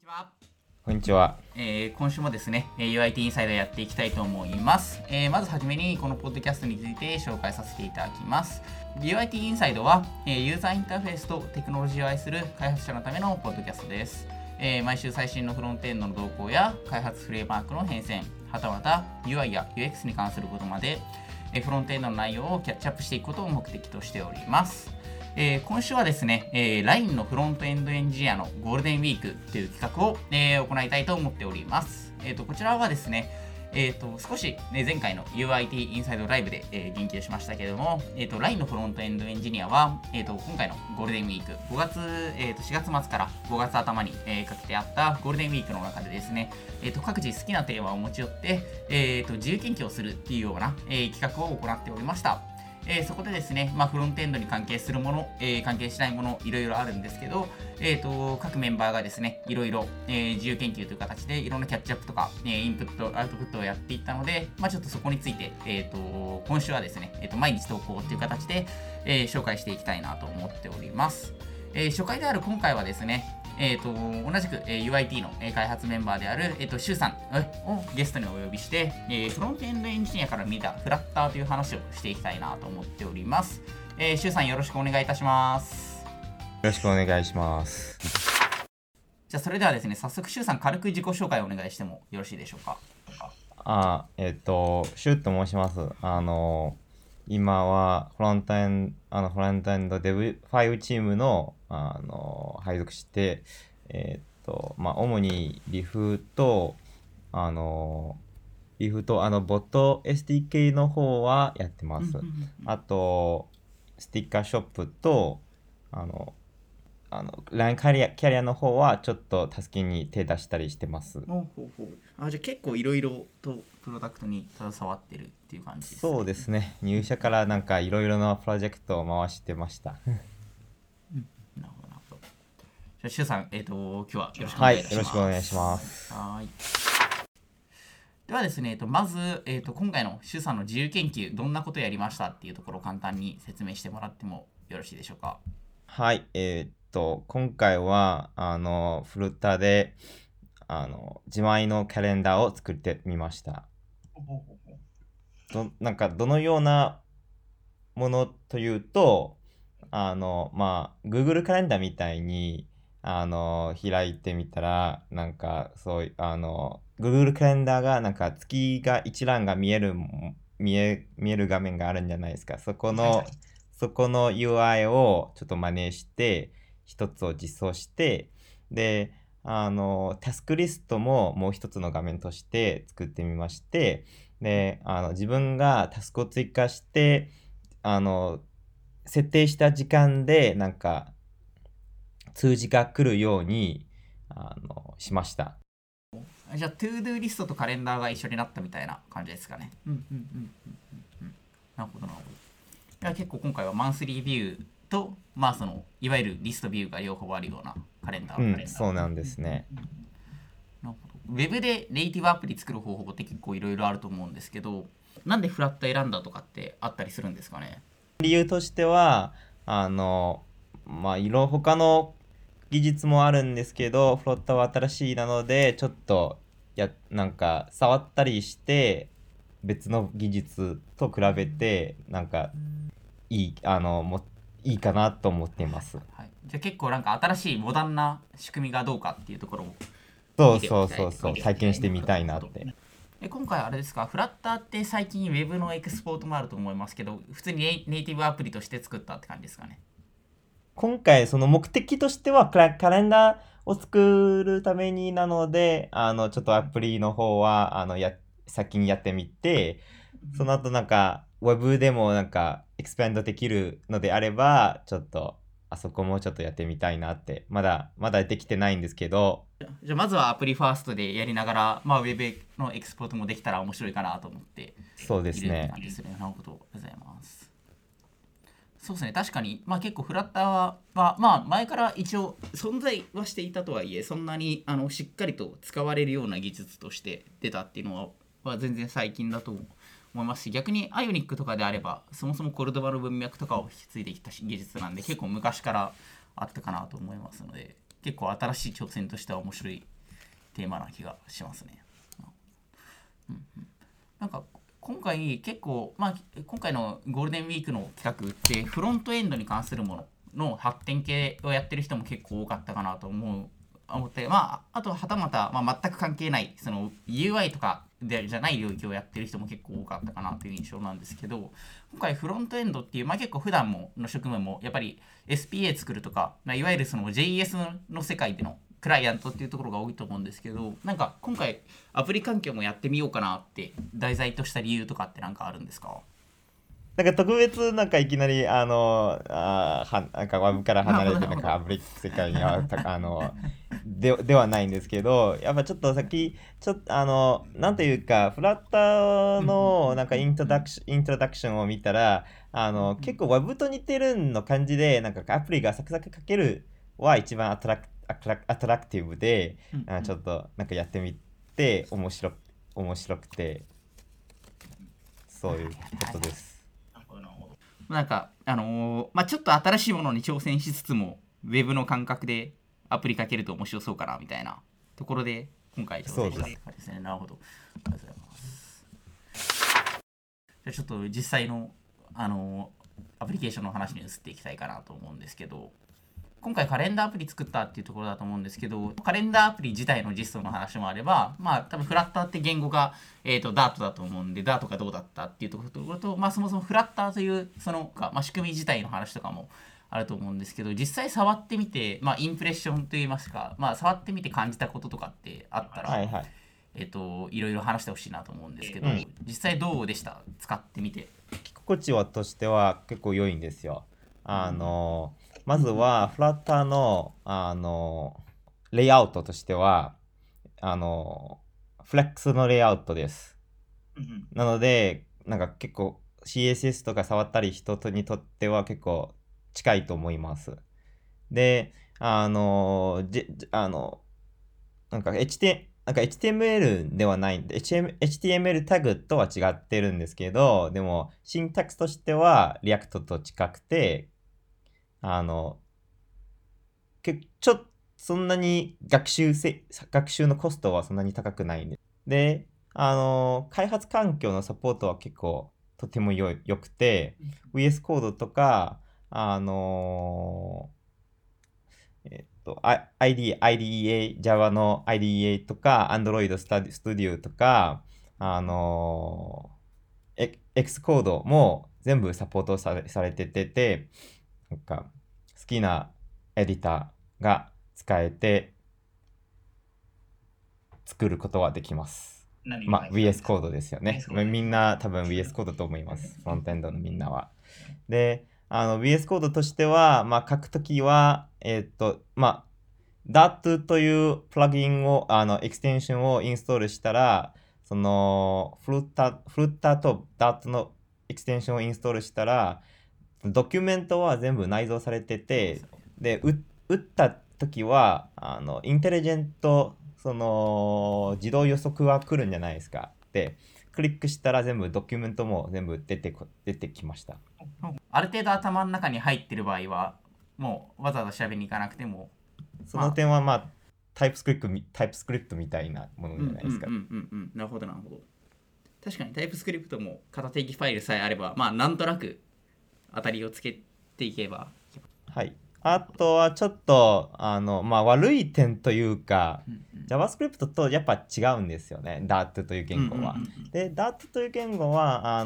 は。 こんにちは。 今週もですね、UIT インサイダーやっていきたいと思います。まずはじめにこのポッドキャストについて紹介させていただきます。UIT インサイドは、ユーザーインターフェースとテクノロジーを愛する開発者のためのポッドキャストです。毎週最新のフロントエンドの動向や開発フレームワークの変遷、はたまた UI や UX に関することまで、フロントエンドの内容をキャッチアップしていくことを目的としております。今週はですね、LINE のフロントエンドエンジニアのゴールデンウィークという企画を、行いたいと思っております。こちらはですね、少し、前回の UIT インサイドライブで、言及しましたけれども、LINE のフロントエンドエンジニアは、今回のゴールデンウィーク、4月末から5月頭に、かけてあったゴールデンウィークの中でですね、各自好きなテーマを持ち寄って、自由研究をするっていうような、企画を行っておりました。そこでですね、フロントエンドに関係するもの、関係しないもの、いろいろあるんですけど、各メンバーがですね、いろいろ、自由研究という形でいろんなキャッチアップとか、インプット、アウトプットをやっていったので、ちょっとそこについて、今週はですね、毎日投稿という形で、紹介していきたいなと思っております。初回である今回はですね、同じく、UIT の、開発メンバーである、シュウさんをゲストにお呼びして、フロントエンドエンジニアから見たフラッターという話をしていきたいなと思っております。シュウさんよろしくお願いいたします。 よろしくお願いします。 じゃあそれではですね、早速シュウさん軽く自己紹介をお願いしてもよろしいでしょうか。 シュウと申します。今はフロントエンドデブ5チームの、配属して、主にリフとボット SDK の方はやってます。あと、ステッカーショップと、LINE キャリアの方はちょっと助けに手出したりしてます。 じゃあ結構いろいろとプロダクトに携わってるっていう感じですね。 そうですね。入社からなんかいろいろなプロジェクトを回してました。 なるほどなるほど。じゃあシュウさん、今日はよろしくお願いいたします。 はい、よろしくお願いします。 はい。ではですね、まず、今回のシュウさんの自由研究、どんなことをやりましたっていうところを簡単に説明してもらってもよろしいでしょうか。 はい、今回はフルタで自前のカレンダーを作ってみました。なんかどのようなものというと、Google カレンダーみたいに開いてみたら、なんかそういうGoogle カレンダーがなんか月が一覧が見える画面があるんじゃないですか。そこの UI をちょっと真似して一つを実装して、でタスクリストももう一つの画面として作ってみまして、で自分がタスクを追加して設定した時間でなんか通知が来るようにしました。 じゃあ、トゥードゥーリストとカレンダーが一緒になったみたいな感じですかね。なるほどなるほど。いや結構今回はマンスリービューと、いわゆるリストビューが両方あるようなカレンダー。 そうなんですね。 なるほど。ウェブでネイティブアプリ作る方法って結構いろいろあると思うんですけど、なんでフラット選んだとかってあったりするんですかね。 理由としては他の技術もあるんですけど、フロットは新しいなのでちょっとなんか触ったりして別の技術と比べてなんかいいかなと思っています。 じゃあ結構なんか新しいモダンな仕組みがどうかっていうところをそう体験してみたいなって。 今回あれですか、フラッターって最近 Web のエクスポートもあると思いますけど、普通にネイティブアプリとして作ったって感じですかね。 今回その目的としてはカレンダーを作るためになので、ちょっとアプリの方は先にやってみて、その後なんか Web でもなんかエクスペンドできるのであれば、ちょっとあそこもちょっとやってみたいなって、まだできてないんですけど。 じゃあまずはアプリファーストでやりながら、Web のエクスポートもできたら面白いかなと思ってそうですね。 なるほど、ありがとうございます。そうですね、確かに、結構フラッターは、前から一応存在はしていたとはいえ、そんなにしっかりと使われるような技術として出たっていうのは全然最近だと思いますし、逆にアイオニックとかであればそもそもコルドバの文脈とかを引き継いできた技術なんで、結構昔からあったかなと思いますので、結構新しい挑戦としては面白いテーマな気がしますね。うんうん、なんか今回結構、今回のゴールデンウィークの企画ってフロントエンドに関するものの発展系をやってる人も結構多かったかなと思って、あとはたまた、全く関係ないその UI とかじゃない領域をやってる人も結構多かったかなという印象なんですけど、今回フロントエンドっていう、結構普段の職務もやっぱり SPA 作るとか、いわゆるその JS の世界でのクライアントっていうところが多いと思うんですけど、なんか今回アプリ環境もやってみようかなって題材とした理由とかってなんかあるんですか？ なんか特別なんかいきなりなんかワブから離れてなんかアプリ世界にはではないんですけど、やっぱちょっとさっきちょっとなんていうかフラッターのなんかイントロダクションを見たら結構ワブと似てるの感じで、なんかアプリがサクサク書けるは一番アトラクティブで、ちょっとなんかやってみて面白くて、そういうことです。 なんかちょっと新しいものに挑戦しつつもウェブの感覚でアプリかけると面白そうかなみたいなところで今回挑戦したって感じですね。なるほど、ありがとうございます。じゃあちょっと実際のアプリケーションの話に移っていきたいかなと思うんですけど、今回カレンダーアプリ作ったっていうところだと思うんですけど、カレンダーアプリ自体の実装の話もあれば、多分フラッターって言語が、Dart だと思うんで、Dart がどうだったっていうところと、そもそもフラッターというその、仕組み自体の話とかもあると思うんですけど、実際触ってみて、インプレッションといいますか、触ってみて感じたこととかってあったら、いろいろ話してほしいなと思うんですけど、実際どうでした？使ってみて。 心地としては結構良いんですよ。まずはフラッターのレイアウトとしてはフレックスのレイアウトです。なのでなんか結構 CSS とか触ったり人にとっては結構近いと思います。でなんか HTML ではないんで HTML タグとは違ってるんですけど、でもシンタックスとしては React と近くてちょっとそんなに学習のコストはそんなに高くないんで。で、開発環境のサポートは結構とても良くて、VS コードとか、IDEA、Java の IDEA とか、Android Studio とか、X コードも全部サポートされてて、なんか好きなエディターが使えて作ることはできます。VS コードですよね。みんな多分 VS コードと思います。フロントエンドのみんなは。で、VS コードとしては、書くときは、Dart というプラグインを、エクステンションをインストールしたら、そのフルッターと Dart のエクステンションをインストールしたら、ドキュメントは全部内蔵されてて、で、打った時は、インテリジェント、その、自動予測は来るんじゃないですか。で、クリックしたら全部ドキュメントも全部出てきました。 ある程度頭の中に入ってる場合は、もうわざわざ調べに行かなくても、 その点はタイプスクリプトみたいなものじゃないですか。 なるほどなるほど。確かにタイプスクリプトも型定義ファイルさえあれば、なんとなく当たりをつけていけば。 はい。あとはちょっと悪い点というか、JavaScript とやっぱ違うんですよね。Dart という言語は。で、Dart という言語は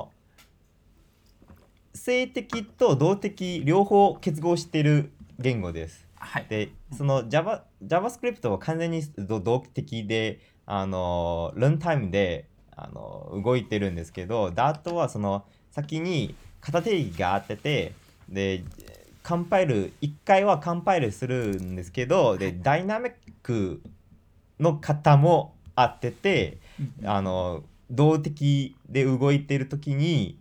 性的と動的両方結合している言語です。 はい、 で、その JavaScript は完全に動的でランタイムで動いてるんですけど、Dart はその先に型定義があってて、で1回はカンパイルするんですけど、でダイナミックの型もあってて、動的で動いてる時に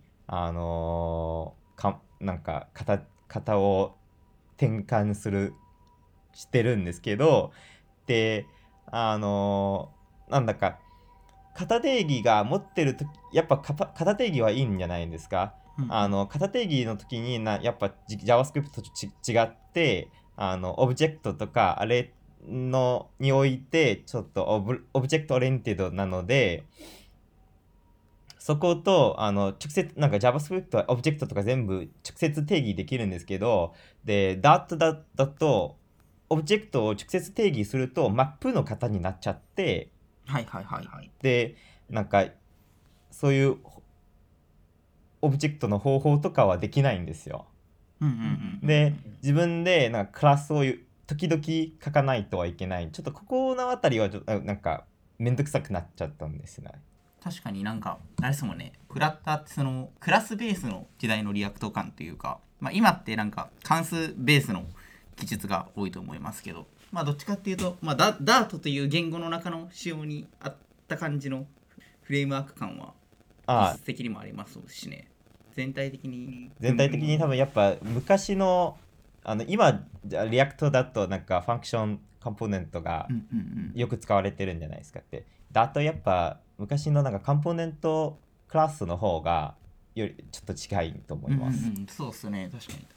なんか型を転換してるんですけど、でなんだか型定義が持ってるとやっぱ型定義はいいんじゃないですか。型定義の時にやっぱ JavaScript と違ってオブジェクトとかアレにおいてちょっとオブジェクトオリエンテッドなので、そこと直接なんか JavaScript はオブジェクトとか全部直接定義できるんですけど、で Dart だとオブジェクトを直接定義するとマップの型になっちゃって、 はいはいはいはい。 でなんかそういうオブジェクトの方法とかはできないんですよ。 うんうんうん。 で自分でなんかクラスを時々書かないとはいけない。ちょっとここのあたりはなんかめんどくさくなっちゃったんですね。 確かになんか、あれですもんね、クラッターってそのクラスベースの時代のリアクト感というか、まあ、今ってなんか関数ベースの記述が多いと思いますけど、まあどっちかっていうと、まあ、ダートという言語の中の仕様にあった感じのフレームワーク感は実質的にもありますしね。全体的に多分やっぱ昔の今リアクトだとなんかファンクションコンポーネントがよく使われてるんじゃないですかって。だとやっぱ昔のなんかコンポーネントクラスの方がよりちょっと近いと思います。 そうっすね、確かに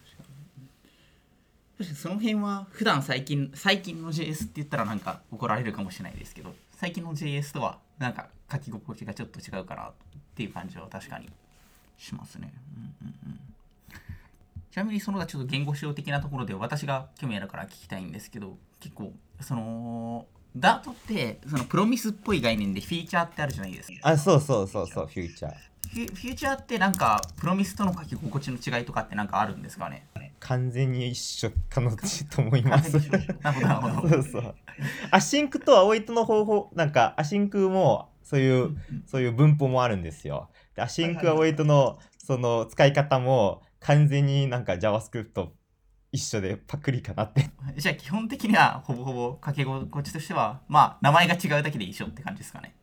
その辺は普段最近の JS って言ったらなんか怒られるかもしれないですけど、最近の JS とはなんか書き心地がちょっと違うかなっていう感じは確かにしますね。ちなみにそのちょっと言語仕様的なところで私が興味あるから聞きたいんですけど、結構そのダートってそのプロミスっぽい概念でフィーチャーってあるじゃないですか。 そうフューチャー。 フューチャーってなんかプロミスとの書き心地の違いとかってなんかあるんですかね。 完全に一緒かなと思います。 なるほど。 そうアシンクとアウェイトの方法、なんかアシンクもそういう文法もあるんですよ。でアシンクアウェイトのその使い方も完全になんか JavaScript 一緒でパクリかなって。 じゃあ基本的にはほぼほぼ書き心地としてはまあ名前が違うだけで一緒って感じですかね。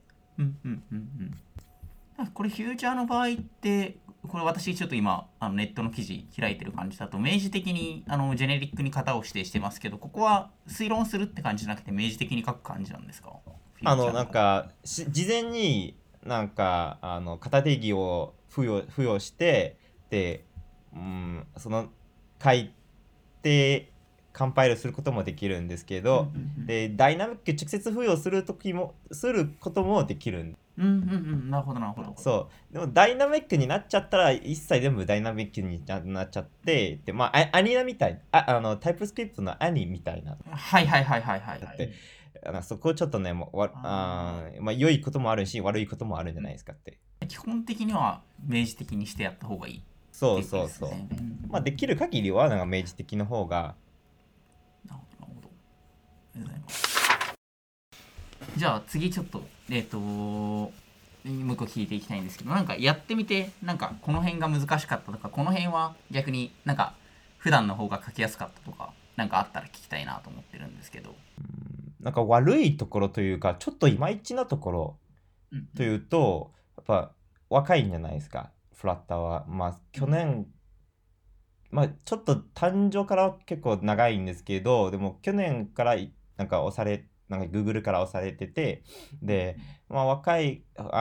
これフューチャーの場合ってこれ私ちょっと今ネットの記事開いてる感じだと明示的にジェネリックに型を指定してますけど、ここは推論するって感じじゃなくて明示的に書く感じなんですか。 なんか事前になんか型定義を付与してで、その書いてカンパイルすることもできるんですけど、でダイナミック直接付与することもできるんで。 なるほどなるほど。 そうでもダイナミックになっちゃったら一切全部ダイナミックになっちゃって、でまあアニナみたいタイプスクリプトのアニみたいな。 はいだってそこちょっとねまあ良いこともあるし悪いこともあるんじゃないですかって。 基本的には明示的にしてやった方がいい。 そうまあできる限りはなんか明示的の方が。 なるほど。ありがとうございます。じゃあ次ちょっともう一個聞いていきたいんですけど、なんかやってみてなんかこの辺が難しかったとか、この辺は逆になんか普段の方が書きやすかったとかなんかあったら聞きたいなと思ってるんですけど。 なんか悪いところというかちょっといまいちなところというと、やっぱ若いんじゃないですかフラッターは。まあ去年、まあちょっと誕生から結構長いんですけど、でも去年からなんかなんか Google から押されてて、で、まあ若いコミ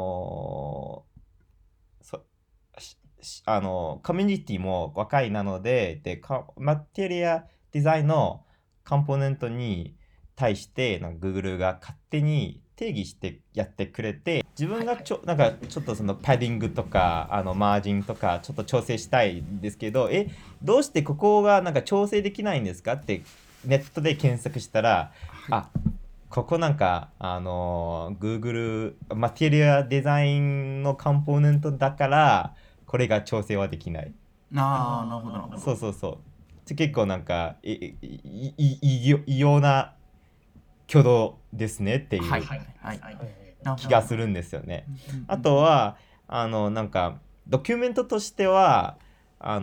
ュニティも若いなので、マテリアデザインのコンポーネントに対してなんか Google が勝手に定義してやってくれて、自分がなんかちょっとそのパディングとかマージンとかちょっと調整したいんですけど、どうしてここがなんか調整できないんですかってネットで検索したら、ここなんかGoogle マテリアデザインのコンポーネントだからこれが調整はできない。 なるほどなるほど。 そう結構なんか異様な挙動ですねっていう気がするんですよね。あとはなんかドキュメントとしてはハ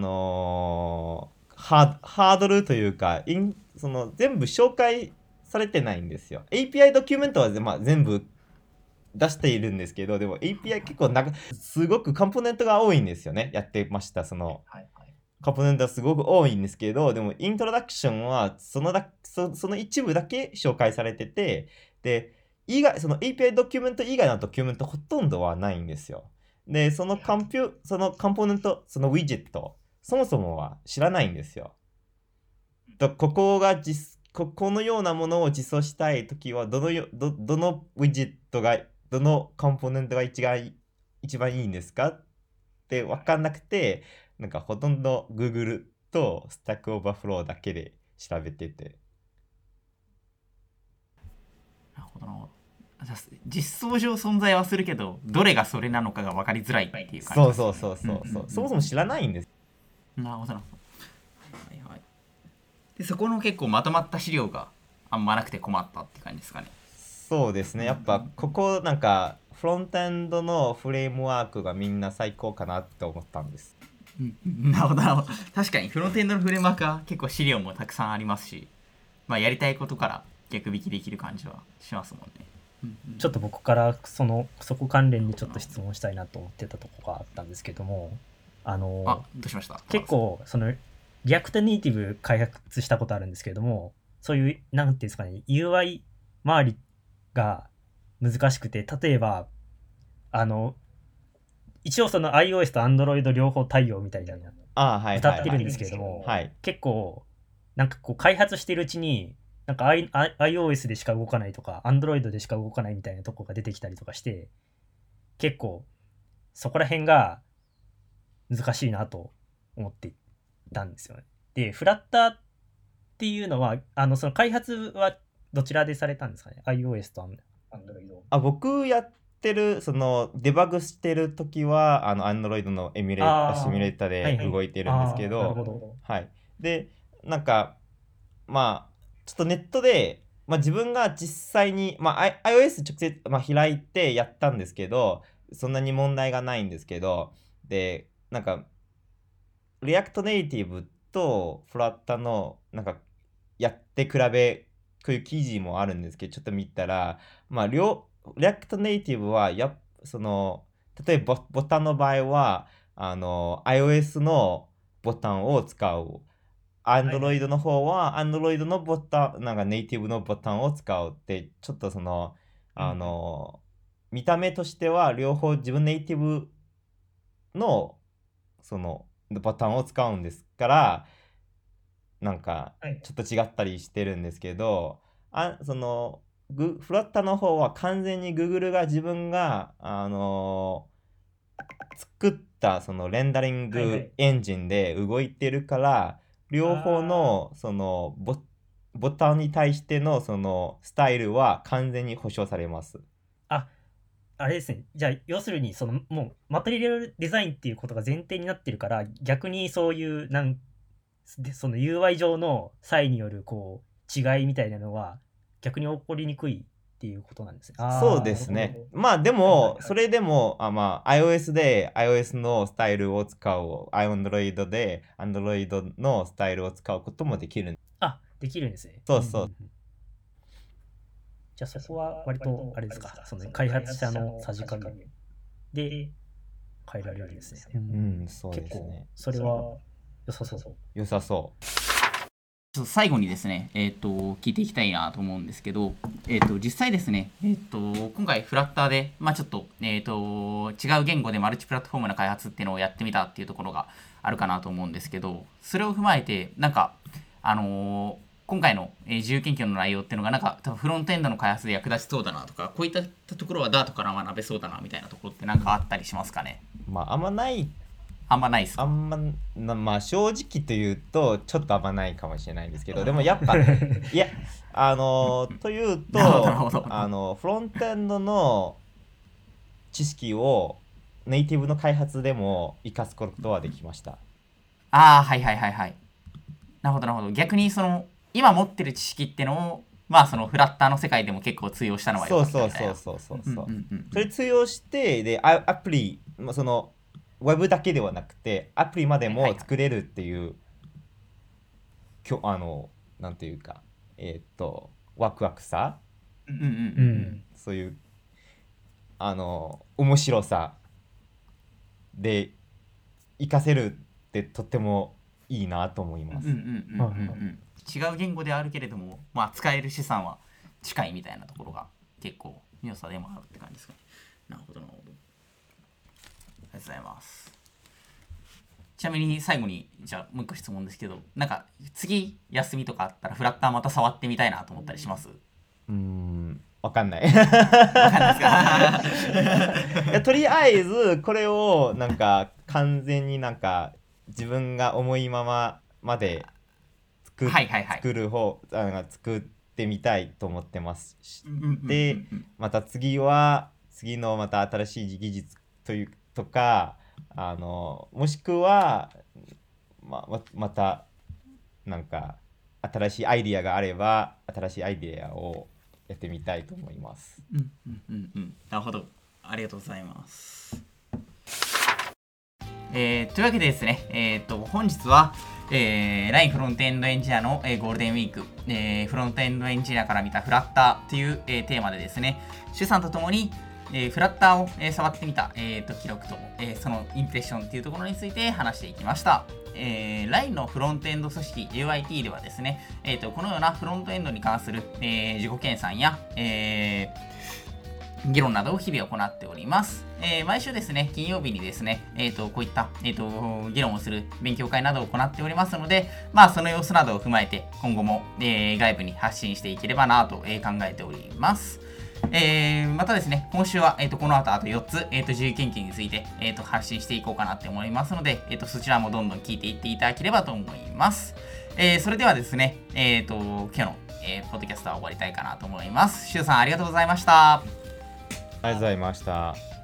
ードルというかその全部紹介されてないんですよ。API ドキュメントは、全部出しているんですけど、でも API 結構すごくコンポーネントが多いんですよね。やってました。そのコンポーネントはすごく多いんですけど、でもイントロダクションはその一部だけ紹介されてて、でその API ドキュメント以外のドキュメントほとんどはないんですよ。でそのコンポーネント、そのウィジェットそもそもは知らないんですよ。ここのようなものを実装したいときはどのウィジェットがどのコンポーネントが一番いいんですかって分かんなくて、なんかほとんど Google と Stack Overflow だけで調べてて。 なるほどなるほど。実装上存在はするけど、どれがそれなのかが分かりづらいっていう感じですね。 そう。そもそも知らないんです。 なるほどなるほど。はいはい。でそこの結構まとまった資料があんまなくて困ったって感じですかね。 そうですね。やっぱここなんかフロントエンドのフレームワークがみんな最高かなって思ったんです。 なるほどなるほど。確かにフロントエンドのフレームワークは結構資料もたくさんありますし、まあ、やりたいことから逆引きできる感じはしますもんね。 ちょっと僕からそこ関連にちょっと質問したいなと思ってたところがあったんですけども、 どうしました？ 結構そのリアクトネイティブ開発したことあるんですけれども、そういうなんていうんですかね、 UI 周りが難しくて、例えば一応その iOS と Android 両方対応みたいなの歌ってるんですけれども、結構なんかこう開発してるうちになんか iOS でしか動かないとか Android でしか動かないみたいなとこが出てきたりとかして、結構そこら辺が難しいなと思っていたんですよね。で、フラッターっていうのはその開発はどちらでされたんですかね？ iOS と Android。 僕やってるそのデバグしてるときはAndroid のシミュレーターで動いてるんですけど、はい。で、なんかまあちょっとネットで、自分が実際に、iOS 直接、開いてやったんですけど、そんなに問題がないんですけど、で、なんか、React Native と Flutter の、なんか、やって比べ、こういう記事もあるんですけど、ちょっと見たら、React Native は、その、例えばボタンの場合は、iOS のボタンを使う。Android の方は Android のボタン、なんかネイティブのボタンを使うって、ちょっとその、見た目としては両方自分ネイティブのそのボタンを使うんですから、なんかちょっと違ったりしてるんですけど、そのフラッタの方は完全に Google が自分が作ったそのレンダリングエンジンで動いてるから、両方のそのボタンに対してのそのスタイルは完全に保証されます。 あれですね。じゃあ要するにそのもうマテリアルデザインっていうことが前提になってるから、逆にそういうその UI 上の差異によるこう違いみたいなのは逆に起こりにくいっていうことなんですね。 そうですね。でもそれでもiOS で iOS のスタイルを使う、Android で Android のスタイルを使うこともできる。 できるんですね。 そうそう。 じゃあそこは割とあれですか、その開発者のさじ加減で変えられるんですね。 そうですね。結構それは良さそう。 良さそう。 ちょっと最後にですね、聞いていきたいなと思うんですけど、実際ですね、今回フラッターで、ちょっと、違う言語でマルチプラットフォームな開発っていうのをやってみたっていうところがあるかなと思うんですけど、それを踏まえて、なんか、今回の自由研究の内容っていうのがなんか多分フロントエンドの開発で役立ちそうだなとか、こういったところは Dart から学べそうだなみたいなところってなんかあったりしますかね？ あんまないですか？正直というとちょっとあんまないかもしれないんですけど、でもやっぱというとフロントエンドの知識をネイティブの開発でも活かすことはできました。 はいはいはいはい。なるほどなるほど。逆にその今持ってる知識ってのをそのフラッターの世界でも結構通用したのは良かったみたいな。 そう。それ通用してでアプリそのウェブだけではなくてアプリまでも作れるっていう、なんていうかワクワクさ、そういう面白さで活かせるってとってもいいなと思います。 違う言語であるけれども、使える資産は近いみたいなところが結構良さでもあるって感じですかね。なるほどなるほど。ありがとうございます。 ちなみに最後にじゃあもう一個質問ですけど、なんか次休みとかあったらフラッターまた触ってみたいなと思ったりします？ わかんない。 わかんないですか？ とりあえずこれをなんか完全になんか自分が思いまで作ってみたいと思ってます。で、また次のまた新しい技術とかもしくはまたなんか新しいアイディアがあれば新しいアイディアをやってみたいと思います。 なるほど、ありがとうございます。というわけでですね、本日は、LINE フロントエンドエンジニアの、ゴールデンウィーク、フロントエンドエンジニアから見たフラッターという、テーマでですね、シュさんとともに、フラッターを、触ってみた、記録と、そのインプレッションというところについて話していきました。LINE のフロントエンド組織 UIT ではですね、このようなフロントエンドに関する、自己研鑽や、議論などを日々行っております。毎週ですね、金曜日にですね、こういった、議論をする勉強会などを行っておりますので、その様子などを踏まえて、今後も、外部に発信していければなと、考えております。またですね、今週は、この後あと4つ、自由研究について、発信していこうかなって思いますので、そちらもどんどん聞いていっていただければと思います。それではですね、今日の、ポッドキャストは終わりたいかなと思います。シュウさんありがとうございました。 ありがとうございました。